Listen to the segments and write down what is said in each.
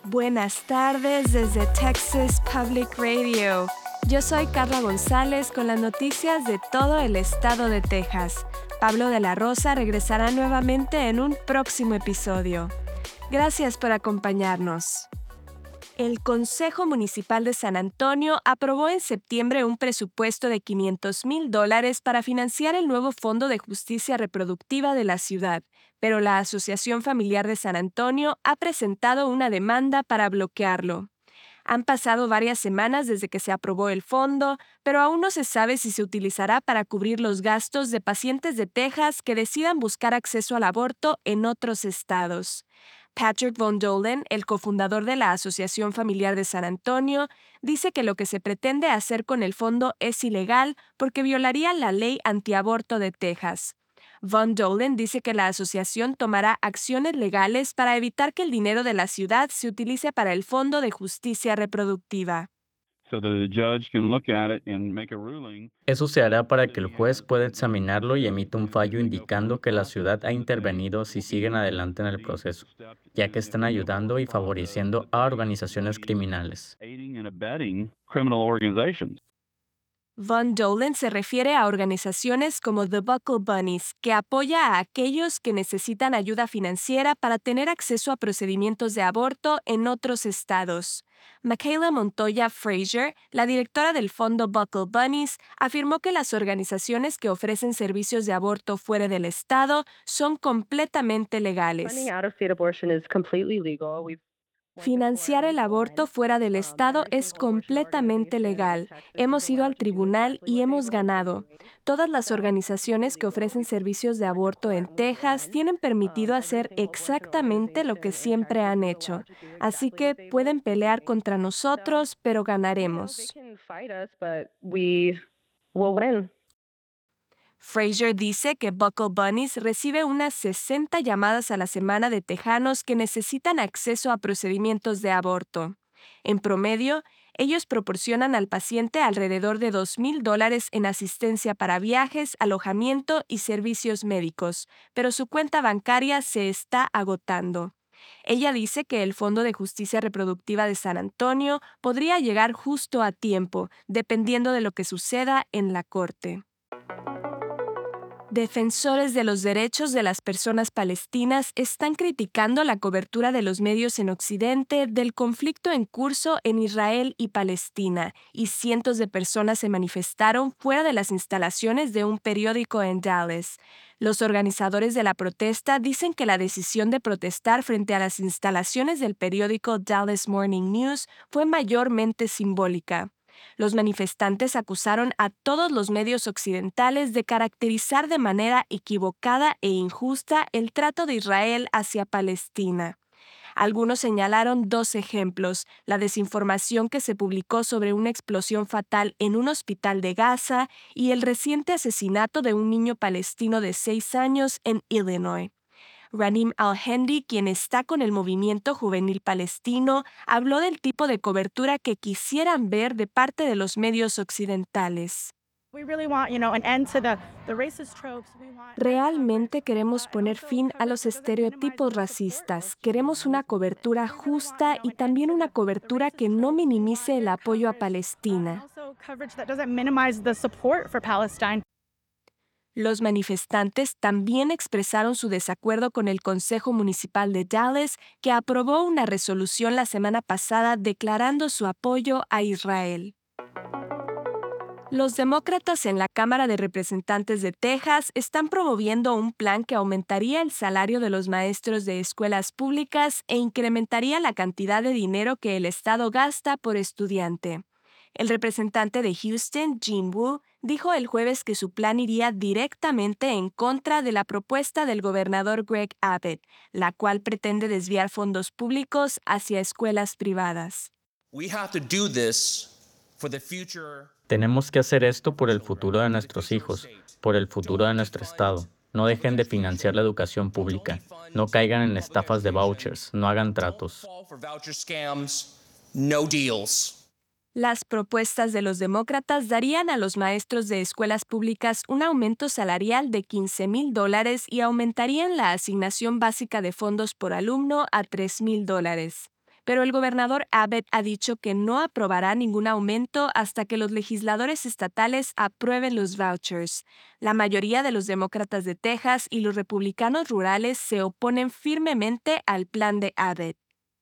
Buenas tardes desde Texas Public Radio. Yo soy Carla González con las noticias de todo el estado de Texas. Pablo de la Rosa regresará nuevamente en un próximo episodio. Gracias por acompañarnos. El Consejo Municipal de San Antonio aprobó en septiembre un presupuesto de $500,000 para financiar el nuevo Fondo de Justicia Reproductiva de la ciudad, pero la Asociación Familiar de San Antonio ha presentado una demanda para bloquearlo. Han pasado varias semanas desde que se aprobó el fondo, pero aún no se sabe si se utilizará para cubrir los gastos de pacientes de Texas que decidan buscar acceso al aborto en otros estados. Patrick Von Dolen, el cofundador de la Asociación Familiar de San Antonio, dice que lo que se pretende hacer con el fondo es ilegal porque violaría la ley antiaborto de Texas. Von Dolen dice que la asociación tomará acciones legales para evitar que el dinero de la ciudad se utilice para el Fondo de Justicia Reproductiva. Eso se hará para que el juez pueda examinarlo y emita un fallo indicando que la ciudad ha intervenido si siguen adelante en el proceso, ya que están ayudando y favoreciendo a organizaciones criminales. Von Dolen se refiere a organizaciones como The Buckle Bunnies, que apoya a aquellos que necesitan ayuda financiera para tener acceso a procedimientos de aborto en otros estados. Michaela Montoya Frazier, la directora del fondo Buckle Bunnies, afirmó que las organizaciones que ofrecen servicios de aborto fuera del estado son completamente legales. Financiar el aborto fuera del estado es completamente legal. Hemos ido al tribunal y hemos ganado. Todas las organizaciones que ofrecen servicios de aborto en Texas tienen permitido hacer exactamente lo que siempre han hecho. Así que pueden pelear contra nosotros, pero ganaremos. Frazier dice que Buckle Bunnies recibe unas 60 llamadas a la semana de tejanos que necesitan acceso a procedimientos de aborto. En promedio, ellos proporcionan al paciente alrededor de $2,000 en asistencia para viajes, alojamiento y servicios médicos, pero su cuenta bancaria se está agotando. Ella dice que el Fondo de Justicia Reproductiva de San Antonio podría llegar justo a tiempo, dependiendo de lo que suceda en la corte. Defensores de los derechos de las personas palestinas están criticando la cobertura de los medios en Occidente del conflicto en curso en Israel y Palestina, y cientos de personas se manifestaron fuera de las instalaciones de un periódico en Dallas. Los organizadores de la protesta dicen que la decisión de protestar frente a las instalaciones del periódico Dallas Morning News fue mayormente simbólica. Los manifestantes acusaron a todos los medios occidentales de caracterizar de manera equivocada e injusta el trato de Israel hacia Palestina. Algunos señalaron dos ejemplos: la desinformación que se publicó sobre una explosión fatal en un hospital de Gaza y el reciente asesinato de un niño palestino de 6 años en Illinois. Ranim Al-Hendi, quien está con el movimiento juvenil palestino, habló del tipo de cobertura que quisieran ver de parte de los medios occidentales. Realmente queremos poner fin a los estereotipos racistas. Queremos una cobertura justa y también una cobertura que no minimice el apoyo a Palestina. Los manifestantes también expresaron su desacuerdo con el Consejo Municipal de Dallas, que aprobó una resolución la semana pasada declarando su apoyo a Israel. Los demócratas en la Cámara de Representantes de Texas están promoviendo un plan que aumentaría el salario de los maestros de escuelas públicas e incrementaría la cantidad de dinero que el estado gasta por estudiante. El representante de Houston, Jim Wu, dijo el jueves que su plan iría directamente en contra de la propuesta del gobernador Greg Abbott, la cual pretende desviar fondos públicos hacia escuelas privadas. Tenemos que hacer esto por el futuro de nuestros hijos, por el futuro de nuestro estado. No dejen de financiar la educación pública. No caigan en estafas de vouchers. No hagan tratos. Las propuestas de los demócratas darían a los maestros de escuelas públicas un aumento salarial de $15,000 y aumentarían la asignación básica de fondos por alumno a $3,000. pero el gobernador Abbott ha dicho que no aprobará ningún aumento hasta que los legisladores estatales aprueben los vouchers. La mayoría de los demócratas de Texas y los republicanos rurales se oponen firmemente al plan de Abbott.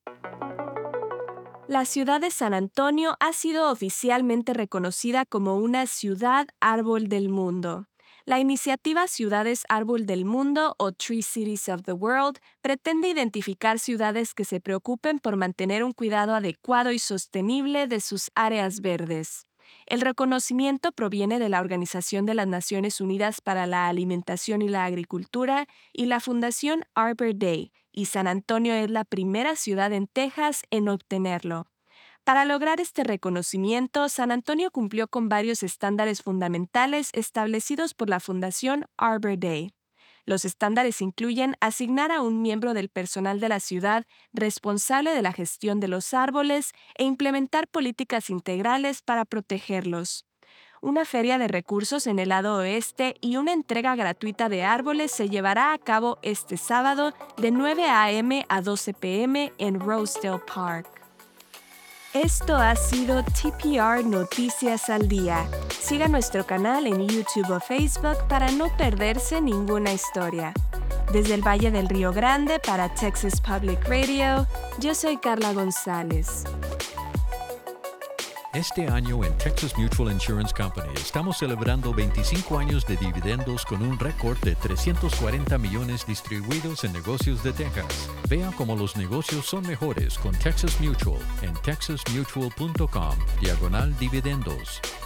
La ciudad de San Antonio ha sido oficialmente reconocida como una ciudad árbol del mundo. La iniciativa Ciudades Árbol del Mundo o Tree Cities of the World pretende identificar ciudades que se preocupen por mantener un cuidado adecuado y sostenible de sus áreas verdes. El reconocimiento proviene de la Organización de las Naciones Unidas para la Alimentación y la Agricultura y la Fundación Arbor Day, y San Antonio es la primera ciudad en Texas en obtenerlo. Para lograr este reconocimiento, San Antonio cumplió con varios estándares fundamentales establecidos por la Fundación Arbor Day. Los estándares incluyen asignar a un miembro del personal de la ciudad responsable de la gestión de los árboles e implementar políticas integrales para protegerlos. Una feria de recursos en el lado oeste y una entrega gratuita de árboles se llevará a cabo este sábado de 9 a.m. a 12 p.m. en Rosedale Park. Esto ha sido TPR Noticias al Día. Siga nuestro canal en YouTube o Facebook para no perderse ninguna historia. Desde el Valle del Río Grande para Texas Public Radio, yo soy Carla González. Este año en Texas Mutual Insurance Company estamos celebrando 25 años de dividendos con un récord de $340 millones distribuidos en negocios de Texas. Vea cómo los negocios son mejores con Texas Mutual en texasmutual.com/dividendos.